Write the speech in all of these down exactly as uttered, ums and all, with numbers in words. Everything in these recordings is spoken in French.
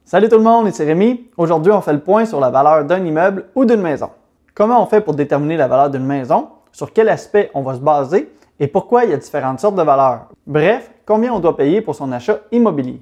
Salut tout le monde, ici Rémi. Aujourd'hui, on fait le point sur la valeur d'un immeuble ou d'une maison. Comment on fait pour déterminer la valeur d'une maison? Sur quel aspect on va se baser? Et pourquoi il y a différentes sortes de valeurs? Bref, combien on doit payer pour son achat immobilier?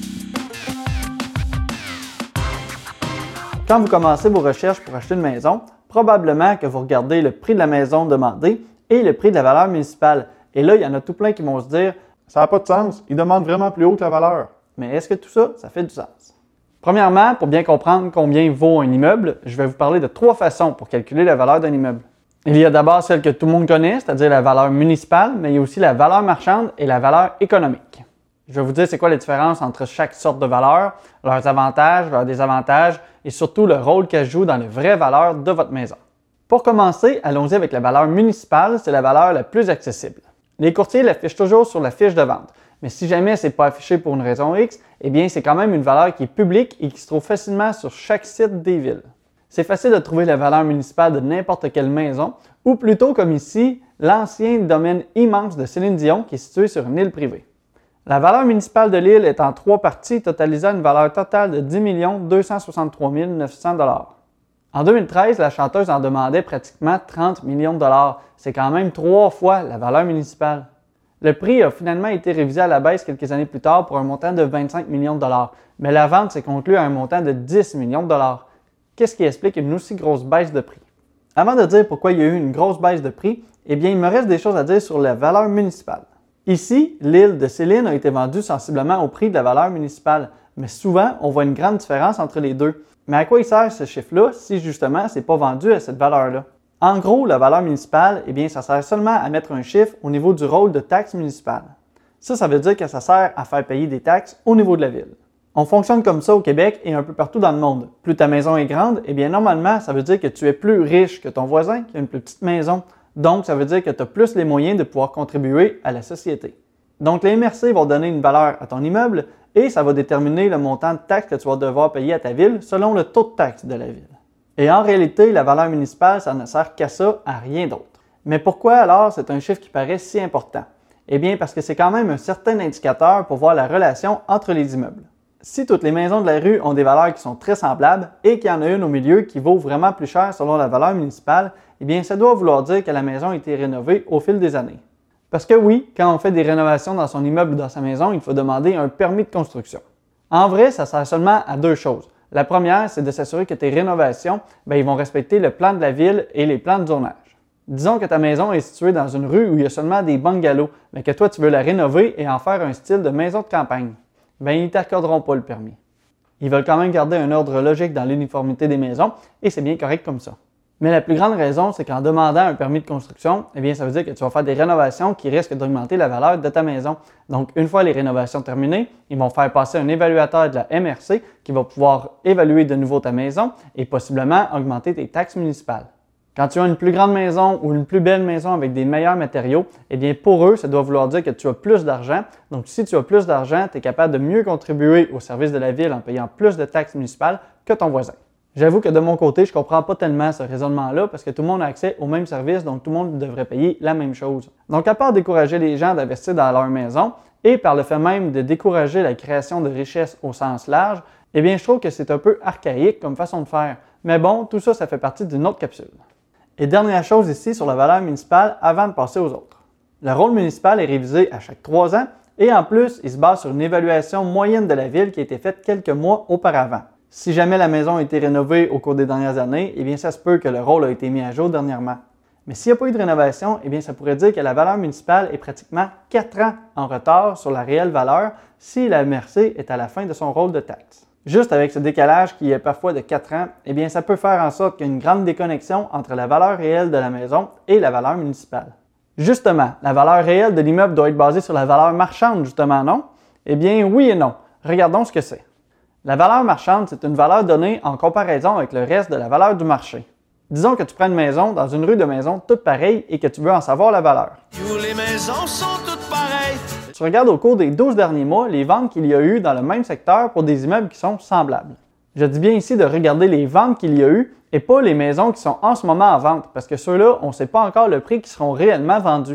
Quand vous commencez vos recherches pour acheter une maison, probablement que vous regardez le prix de la maison demandée et le prix de la valeur municipale. Et là, il y en a tout plein qui vont se dire « Ça n'a pas de sens, ils demandent vraiment plus haut que la valeur. » Mais est-ce que tout ça, ça fait du sens? Premièrement, pour bien comprendre combien vaut un immeuble, je vais vous parler de trois façons pour calculer la valeur d'un immeuble. Il y a d'abord celle que tout le monde connaît, c'est-à-dire la valeur municipale, mais il y a aussi la valeur marchande et la valeur économique. Je vais vous dire c'est quoi la différence entre chaque sorte de valeur, leurs avantages, leurs désavantages et surtout le rôle qu'elles jouent dans les vraies valeurs de votre maison. Pour commencer, allons-y avec la valeur municipale, c'est la valeur la plus accessible. Les courtiers l'affichent toujours sur la fiche de vente. Mais si jamais ce n'est pas affiché pour une raison X, eh bien c'est quand même une valeur qui est publique et qui se trouve facilement sur chaque site des villes. C'est facile de trouver la valeur municipale de n'importe quelle maison, ou plutôt comme ici, l'ancien domaine immense de Céline Dion qui est situé sur une île privée. La valeur municipale de l'île est en trois parties, totalisant une valeur totale de dix millions deux cent soixante-trois mille neuf cents dollars. En deux mille treize, la chanteuse en demandait pratiquement trente millions de dollars. C'est quand même trois fois la valeur municipale. Le prix a finalement été révisé à la baisse quelques années plus tard pour un montant de vingt-cinq millions de dollars, mais la vente s'est conclue à un montant de dix millions de dollars. Qu'est-ce qui explique une aussi grosse baisse de prix? Avant de dire pourquoi il y a eu une grosse baisse de prix, eh bien, il me reste des choses à dire sur la valeur municipale. Ici, l'île de Céline a été vendue sensiblement au prix de la valeur municipale, mais souvent, on voit une grande différence entre les deux. Mais à quoi il sert ce chiffre-là si justement, ce n'est pas vendu à cette valeur-là? En gros, la valeur municipale, eh bien, ça sert seulement à mettre un chiffre au niveau du rôle de taxe municipale. Ça, ça veut dire que ça sert à faire payer des taxes au niveau de la ville. On fonctionne comme ça au Québec et un peu partout dans le monde. Plus ta maison est grande, eh bien, normalement, ça veut dire que tu es plus riche que ton voisin qui a une plus petite maison. Donc, ça veut dire que tu as plus les moyens de pouvoir contribuer à la société. Donc, les M R C vont donner une valeur à ton immeuble et ça va déterminer le montant de taxes que tu vas devoir payer à ta ville selon le taux de taxe de la ville. Et en réalité, la valeur municipale, ça ne sert qu'à ça, à rien d'autre. Mais pourquoi alors c'est un chiffre qui paraît si important? Eh bien, parce que c'est quand même un certain indicateur pour voir la relation entre les immeubles. Si toutes les maisons de la rue ont des valeurs qui sont très semblables et qu'il y en a une au milieu qui vaut vraiment plus cher selon la valeur municipale, eh bien, ça doit vouloir dire que la maison a été rénovée au fil des années. Parce que oui, quand on fait des rénovations dans son immeuble ou dans sa maison, il faut demander un permis de construction. En vrai, ça sert seulement à deux choses. La première, c'est de s'assurer que tes rénovations, bien, ils vont respecter le plan de la ville et les plans de zonage. Disons que ta maison est située dans une rue où il y a seulement des bungalows, mais que toi, tu veux la rénover et en faire un style de maison de campagne. Bien, ils ne t'accorderont pas le permis. Ils veulent quand même garder un ordre logique dans l'uniformité des maisons et c'est bien correct comme ça. Mais la plus grande raison, c'est qu'en demandant un permis de construction, eh bien, ça veut dire que tu vas faire des rénovations qui risquent d'augmenter la valeur de ta maison. Donc, une fois les rénovations terminées, ils vont faire passer un évaluateur de la M R C qui va pouvoir évaluer de nouveau ta maison et possiblement augmenter tes taxes municipales. Quand tu as une plus grande maison ou une plus belle maison avec des meilleurs matériaux, eh bien, pour eux, ça doit vouloir dire que tu as plus d'argent. Donc, si tu as plus d'argent, tu es capable de mieux contribuer au service de la ville en payant plus de taxes municipales que ton voisin. J'avoue que de mon côté, je ne comprends pas tellement ce raisonnement-là parce que tout le monde a accès au même service, donc tout le monde devrait payer la même chose. Donc, à part décourager les gens d'investir dans leur maison et par le fait même de décourager la création de richesses au sens large, eh bien, je trouve que c'est un peu archaïque comme façon de faire. Mais bon, tout ça, ça fait partie d'une autre capsule. Et dernière chose ici sur la valeur municipale avant de passer aux autres. Le rôle municipal est révisé à chaque trois ans et en plus, il se base sur une évaluation moyenne de la ville qui a été faite quelques mois auparavant. Si jamais la maison a été rénovée au cours des dernières années, eh bien ça se peut que le rôle a été mis à jour dernièrement. Mais s'il n'y a pas eu de rénovation, eh bien ça pourrait dire que la valeur municipale est pratiquement quatre ans en retard sur la réelle valeur si la M R C est à la fin de son rôle de taxe. Juste avec ce décalage qui est parfois de quatre ans, eh bien ça peut faire en sorte qu'il y ait une grande déconnexion entre la valeur réelle de la maison et la valeur municipale. Justement, la valeur réelle de l'immeuble doit être basée sur la valeur marchande, justement, non? Eh bien oui et non. Regardons ce que c'est. La valeur marchande, c'est une valeur donnée en comparaison avec le reste de la valeur du marché. Disons que tu prends une maison dans une rue de maisons toutes pareilles et que tu veux en savoir la valeur. Tous les maisons sont toutes pareilles. Tu regardes au cours des douze derniers mois les ventes qu'il y a eu dans le même secteur pour des immeubles qui sont semblables. Je dis bien ici de regarder les ventes qu'il y a eu et pas les maisons qui sont en ce moment en vente parce que ceux-là, on ne sait pas encore le prix qui seront réellement vendus.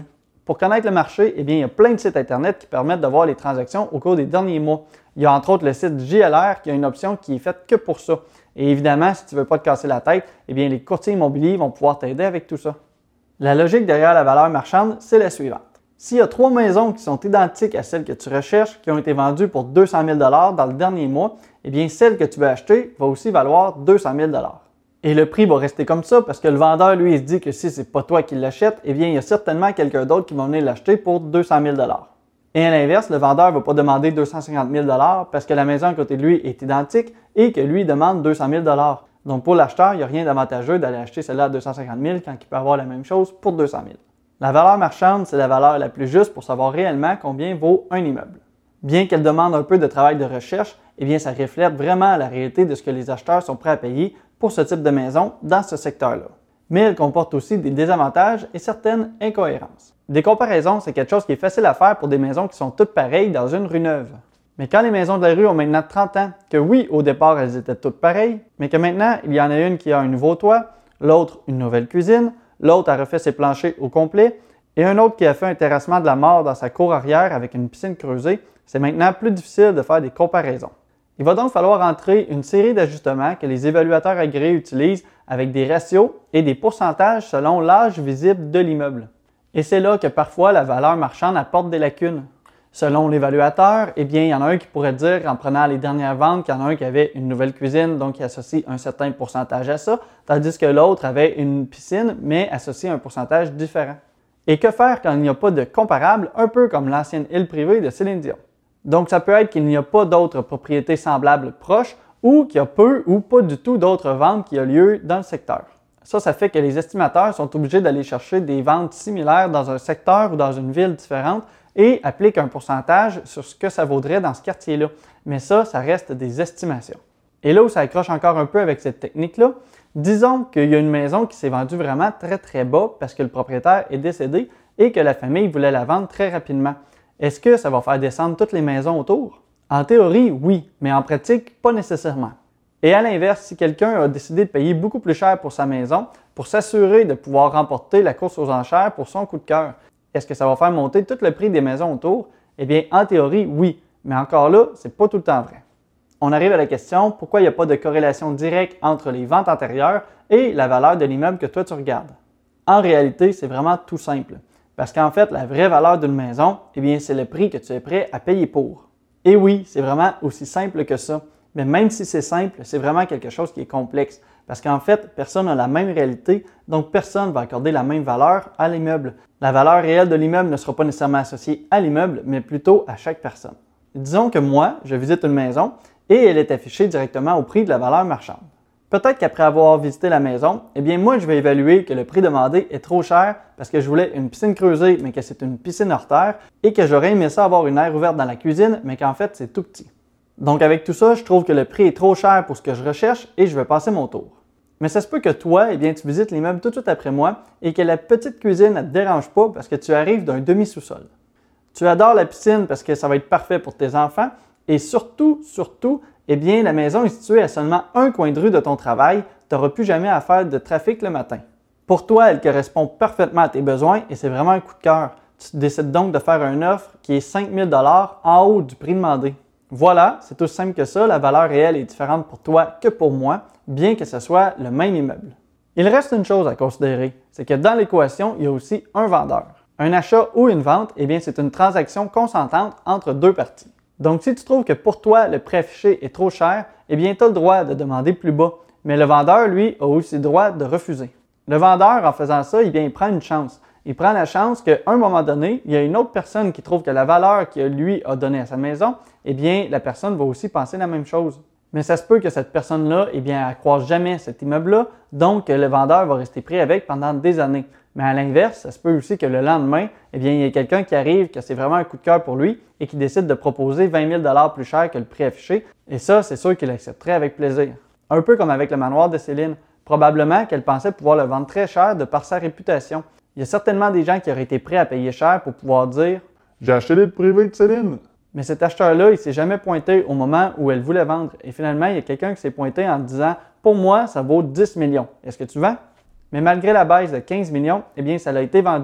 Pour connaître le marché, eh bien, il y a plein de sites Internet qui permettent de voir les transactions au cours des derniers mois. Il y a entre autres le site J L R qui a une option qui est faite que pour ça. Et évidemment, si tu ne veux pas te casser la tête, eh bien, les courtiers immobiliers vont pouvoir t'aider avec tout ça. La logique derrière la valeur marchande, c'est la suivante. S'il y a trois maisons qui sont identiques à celles que tu recherches, qui ont été vendues pour deux cent mille dollars dans le dernier mois, eh bien, celle que tu veux acheter va aussi valoir deux cent mille dollars. Et le prix va rester comme ça parce que le vendeur, lui, il se dit que si ce n'est pas toi qui l'achètes, eh bien, il y a certainement quelqu'un d'autre qui va venir l'acheter pour deux cent mille dollars. Et à l'inverse, le vendeur ne va pas demander deux cent cinquante mille dollars parce que la maison à côté de lui est identique et que lui demande deux cent mille dollars. Donc, pour l'acheteur, il n'y a rien d'avantageux d'aller acheter celle-là à deux cent cinquante mille quand il peut avoir la même chose pour deux cent mille. La valeur marchande, c'est la valeur la plus juste pour savoir réellement combien vaut un immeuble. Bien qu'elle demande un peu de travail de recherche, eh bien, ça reflète vraiment la réalité de ce que les acheteurs sont prêts à payer pour ce type de maison dans ce secteur-là. Mais elle comporte aussi des désavantages et certaines incohérences. Des comparaisons, c'est quelque chose qui est facile à faire pour des maisons qui sont toutes pareilles dans une rue neuve. Mais quand les maisons de la rue ont maintenant trente ans, que oui, au départ, elles étaient toutes pareilles, mais que maintenant, il y en a une qui a un nouveau toit, l'autre une nouvelle cuisine, l'autre a refait ses planchers au complet, et un autre qui a fait un terrassement de la mort dans sa cour arrière avec une piscine creusée, c'est maintenant plus difficile de faire des comparaisons. Il va donc falloir entrer une série d'ajustements que les évaluateurs agréés utilisent avec des ratios et des pourcentages selon l'âge visible de l'immeuble. Et c'est là que parfois la valeur marchande apporte des lacunes. Selon l'évaluateur, eh bien, il y en a un qui pourrait dire, en prenant les dernières ventes, qu'il y en a un qui avait une nouvelle cuisine, donc il associe un certain pourcentage à ça, tandis que l'autre avait une piscine, mais associe un pourcentage différent. Et que faire quand il n'y a pas de comparable, un peu comme l'ancienne île privée de Céline Dion? Donc, ça peut être qu'il n'y a pas d'autres propriétés semblables proches ou qu'il y a peu ou pas du tout d'autres ventes qui ont lieu dans le secteur. Ça, ça fait que les estimateurs sont obligés d'aller chercher des ventes similaires dans un secteur ou dans une ville différente et appliquent un pourcentage sur ce que ça vaudrait dans ce quartier-là. Mais ça, ça reste des estimations. Et là où ça accroche encore un peu avec cette technique-là, disons qu'il y a une maison qui s'est vendue vraiment très très bas parce que le propriétaire est décédé et que la famille voulait la vendre très rapidement. Est-ce que ça va faire descendre toutes les maisons autour? En théorie, oui, mais en pratique, pas nécessairement. Et à l'inverse, si quelqu'un a décidé de payer beaucoup plus cher pour sa maison pour s'assurer de pouvoir remporter la course aux enchères pour son coup de cœur, est-ce que ça va faire monter tout le prix des maisons autour? Eh bien, en théorie, oui, mais encore là, c'est pas tout le temps vrai. On arrive à la question, pourquoi il n'y a pas de corrélation directe entre les ventes antérieures et la valeur de l'immeuble que toi tu regardes? En réalité, c'est vraiment tout simple. Parce qu'en fait, la vraie valeur d'une maison, eh bien, c'est le prix que tu es prêt à payer pour. Et oui, c'est vraiment aussi simple que ça. Mais même si c'est simple, c'est vraiment quelque chose qui est complexe. Parce qu'en fait, personne n'a la même réalité, donc personne ne va accorder la même valeur à l'immeuble. La valeur réelle de l'immeuble ne sera pas nécessairement associée à l'immeuble, mais plutôt à chaque personne. Disons que moi, je visite une maison et elle est affichée directement au prix de la valeur marchande. Peut-être qu'après avoir visité la maison, eh bien moi je vais évaluer que le prix demandé est trop cher parce que je voulais une piscine creusée mais que c'est une piscine hors terre et que j'aurais aimé ça avoir une aire ouverte dans la cuisine mais qu'en fait c'est tout petit. Donc avec tout ça, je trouve que le prix est trop cher pour ce que je recherche et je vais passer mon tour. Mais ça se peut que toi, eh bien tu visites l'immeuble tout de suite après moi et que la petite cuisine ne te dérange pas parce que tu arrives d'un demi-sous-sol. Tu adores la piscine parce que ça va être parfait pour tes enfants et surtout, surtout, eh bien, la maison est située à seulement un coin de rue de ton travail, tu n'auras plus jamais à faire de trafic le matin. Pour toi, elle correspond parfaitement à tes besoins et c'est vraiment un coup de cœur. Tu décides donc de faire une offre qui est cinq mille dollars en haut du prix demandé. Voilà, c'est aussi simple que ça, la valeur réelle est différente pour toi que pour moi, bien que ce soit le même immeuble. Il reste une chose à considérer, c'est que dans l'équation, il y a aussi un vendeur. Un achat ou une vente, eh bien, c'est une transaction consentante entre deux parties. Donc, si tu trouves que pour toi, le prix affiché est trop cher, eh bien, tu as le droit de demander plus bas. Mais le vendeur, lui, a aussi le droit de refuser. Le vendeur, en faisant ça, eh bien, il prend une chance. Il prend la chance qu'à un moment donné, il y a une autre personne qui trouve que la valeur que lui a donnée à sa maison, eh bien, la personne va aussi penser la même chose. Mais ça se peut que cette personne-là, eh bien, elle ne croise jamais cet immeuble-là, donc le vendeur va rester pris avec pendant des années. Mais à l'inverse, ça se peut aussi que le lendemain, eh bien, il y ait quelqu'un qui arrive, que c'est vraiment un coup de cœur pour lui et qui décide de proposer vingt mille dollars plus cher que le prix affiché. Et ça, c'est sûr qu'il accepterait avec plaisir. Un peu comme avec le manoir de Céline. Probablement qu'elle pensait pouvoir le vendre très cher de par sa réputation. Il y a certainement des gens qui auraient été prêts à payer cher pour pouvoir dire « J'ai acheté l'île privée de Céline ». Mais cet acheteur-là, il ne s'est jamais pointé au moment où elle voulait vendre. Et finalement, il y a quelqu'un qui s'est pointé en disant « Pour moi, ça vaut dix millions. Est-ce que tu vends? » Mais malgré la baisse de quinze millions, eh bien, ça a été vendu.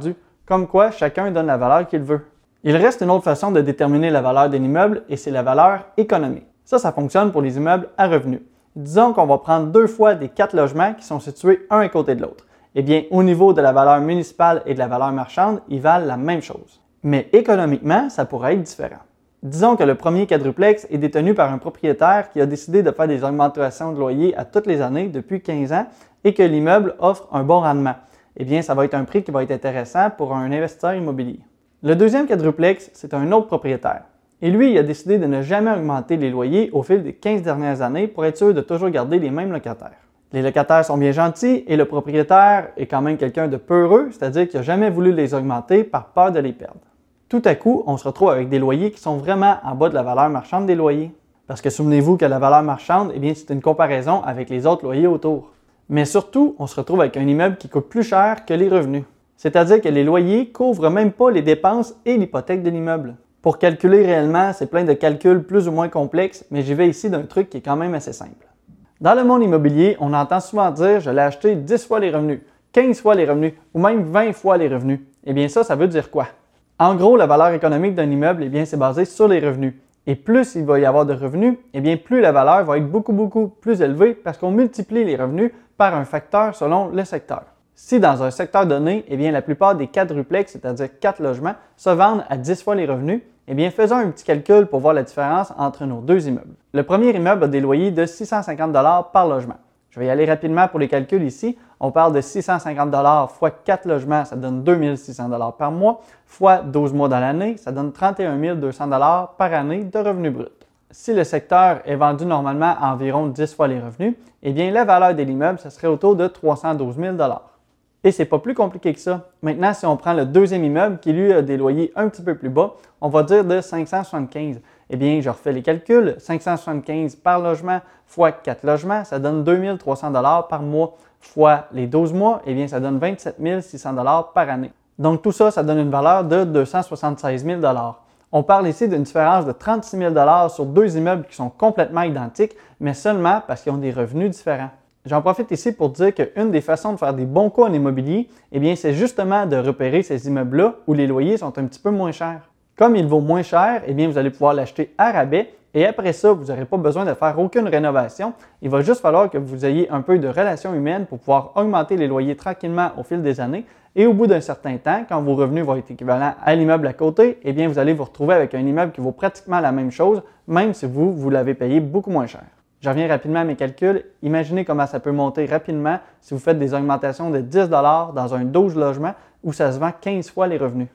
Comme quoi, chacun donne la valeur qu'il veut. Il reste une autre façon de déterminer la valeur d'un immeuble et c'est la valeur économique. Ça, ça fonctionne pour les immeubles à revenus. Disons qu'on va prendre deux fois des quatre logements qui sont situés un à côté de l'autre. Eh bien, au niveau de la valeur municipale et de la valeur marchande, ils valent la même chose. Mais économiquement, ça pourrait être différent. Disons que le premier quadruplex est détenu par un propriétaire qui a décidé de faire des augmentations de loyer à toutes les années depuis quinze ans et que l'immeuble offre un bon rendement. Eh bien, ça va être un prix qui va être intéressant pour un investisseur immobilier. Le deuxième quadruplex, c'est un autre propriétaire. Et lui, il a décidé de ne jamais augmenter les loyers au fil des quinze dernières années pour être sûr de toujours garder les mêmes locataires. Les locataires sont bien gentils et le propriétaire est quand même quelqu'un de peureux, c'est-à-dire qu'il n'a jamais voulu les augmenter par peur de les perdre. Tout à coup, on se retrouve avec des loyers qui sont vraiment en bas de la valeur marchande des loyers. Parce que souvenez-vous que la valeur marchande, eh bien, c'est une comparaison avec les autres loyers autour. Mais surtout, on se retrouve avec un immeuble qui coûte plus cher que les revenus. C'est-à-dire que les loyers ne couvrent même pas les dépenses et l'hypothèque de l'immeuble. Pour calculer réellement, c'est plein de calculs plus ou moins complexes, mais j'y vais ici d'un truc qui est quand même assez simple. Dans le monde immobilier, on entend souvent dire « je l'ai acheté dix fois les revenus, quinze fois les revenus ou même vingt fois les revenus ». Eh bien ça, ça veut dire quoi? En gros, la valeur économique d'un immeuble, eh bien, c'est basé sur les revenus. Et plus il va y avoir de revenus, eh bien, plus la valeur va être beaucoup, beaucoup plus élevée parce qu'on multiplie les revenus par un facteur selon le secteur. Si dans un secteur donné, eh bien, la plupart des quadruplex, c'est-à-dire quatre logements, se vendent à dix fois les revenus, eh bien, faisons un petit calcul pour voir la différence entre nos deux immeubles. Le premier immeuble a des loyers de six cent cinquante dollars par logement. Je vais y aller rapidement pour les calculs ici. On parle de six cent cinquante dollars fois quatre logements, ça donne deux mille six cents dollars par mois, fois douze mois dans l'année, ça donne trente et un mille deux cents dollars par année de revenus bruts. Si le secteur est vendu normalement à environ dix fois les revenus, eh bien, la valeur de l'immeuble, ce serait autour de trois cent douze mille dollars. Et c'est pas plus compliqué que ça. Maintenant, si on prend le deuxième immeuble qui lui a des loyers un petit peu plus bas, on va dire de cinq cent soixante-quinze. Eh bien, je refais les calculs. cinq cent soixante-quinze par logement fois quatre logements, ça donne deux mille trois cents dollars par mois fois les douze mois, eh bien, ça donne vingt-sept mille six cents dollars par année. Donc, tout ça, ça donne une valeur de deux cent soixante-seize mille dollars. On parle ici d'une différence de trente-six mille dollars sur deux immeubles qui sont complètement identiques, mais seulement parce qu'ils ont des revenus différents. J'en profite ici pour dire qu'une des façons de faire des bons coups en immobilier, eh bien, c'est justement de repérer ces immeubles-là où les loyers sont un petit peu moins chers. Comme il vaut moins cher, eh bien, vous allez pouvoir l'acheter à rabais et après ça, vous n'aurez pas besoin de faire aucune rénovation. Il va juste falloir que vous ayez un peu de relations humaines pour pouvoir augmenter les loyers tranquillement au fil des années. Et au bout d'un certain temps, quand vos revenus vont être équivalents à l'immeuble à côté, eh bien, vous allez vous retrouver avec un immeuble qui vaut pratiquement la même chose, même si vous, vous l'avez payé beaucoup moins cher. Je reviens rapidement à mes calculs. Imaginez comment ça peut monter rapidement si vous faites des augmentations de dix dollars dans un douze logements où ça se vend quinze fois les revenus.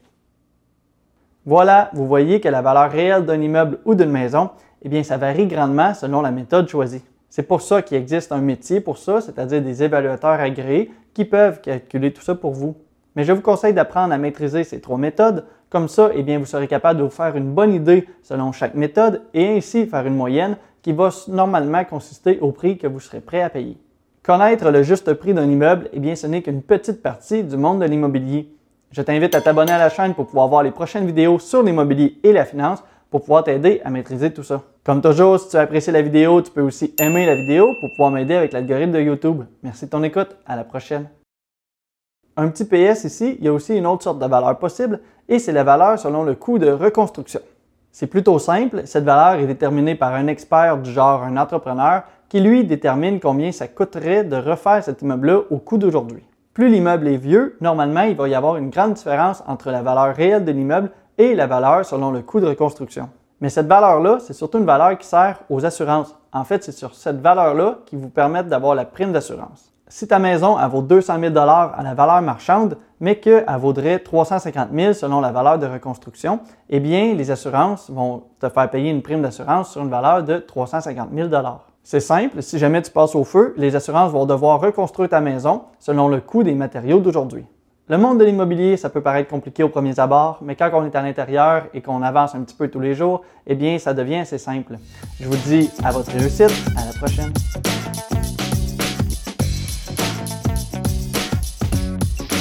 Voilà, vous voyez que la valeur réelle d'un immeuble ou d'une maison, eh bien, ça varie grandement selon la méthode choisie. C'est pour ça qu'il existe un métier pour ça, c'est-à-dire des évaluateurs agréés qui peuvent calculer tout ça pour vous. Mais je vous conseille d'apprendre à maîtriser ces trois méthodes. Comme ça, eh bien, vous serez capable de vous faire une bonne idée selon chaque méthode et ainsi faire une moyenne qui va normalement consister au prix que vous serez prêt à payer. Connaître le juste prix d'un immeuble, eh bien, ce n'est qu'une petite partie du monde de l'immobilier. Je t'invite à t'abonner à la chaîne pour pouvoir voir les prochaines vidéos sur l'immobilier et la finance pour pouvoir t'aider à maîtriser tout ça. Comme toujours, si tu as apprécié la vidéo, tu peux aussi aimer la vidéo pour pouvoir m'aider avec l'algorithme de YouTube. Merci de ton écoute, à la prochaine. Un petit P S ici, il y a aussi une autre sorte de valeur possible et c'est la valeur selon le coût de reconstruction. C'est plutôt simple, cette valeur est déterminée par un expert du genre un entrepreneur qui lui détermine combien ça coûterait de refaire cet immeuble-là au coût d'aujourd'hui. Plus l'immeuble est vieux, normalement il va y avoir une grande différence entre la valeur réelle de l'immeuble et la valeur selon le coût de reconstruction. Mais cette valeur-là, c'est surtout une valeur qui sert aux assurances. En fait, c'est sur cette valeur-là qui vous permet d'avoir la prime d'assurance. Si ta maison elle vaut deux cent mille dollars à la valeur marchande, mais qu'elle vaudrait trois cent cinquante mille selon la valeur de reconstruction, eh bien, les assurances vont te faire payer une prime d'assurance sur une valeur de trois cent cinquante mille dollars. C'est simple, si jamais tu passes au feu, les assurances vont devoir reconstruire ta maison selon le coût des matériaux d'aujourd'hui. Le monde de l'immobilier, ça peut paraître compliqué au premier abord, mais quand on est à l'intérieur et qu'on avance un petit peu tous les jours, eh bien, ça devient assez simple. Je vous dis à votre réussite, à la prochaine.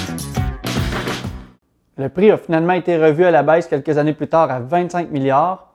Le prix a finalement été revu à la baisse quelques années plus tard à vingt-cinq milliards.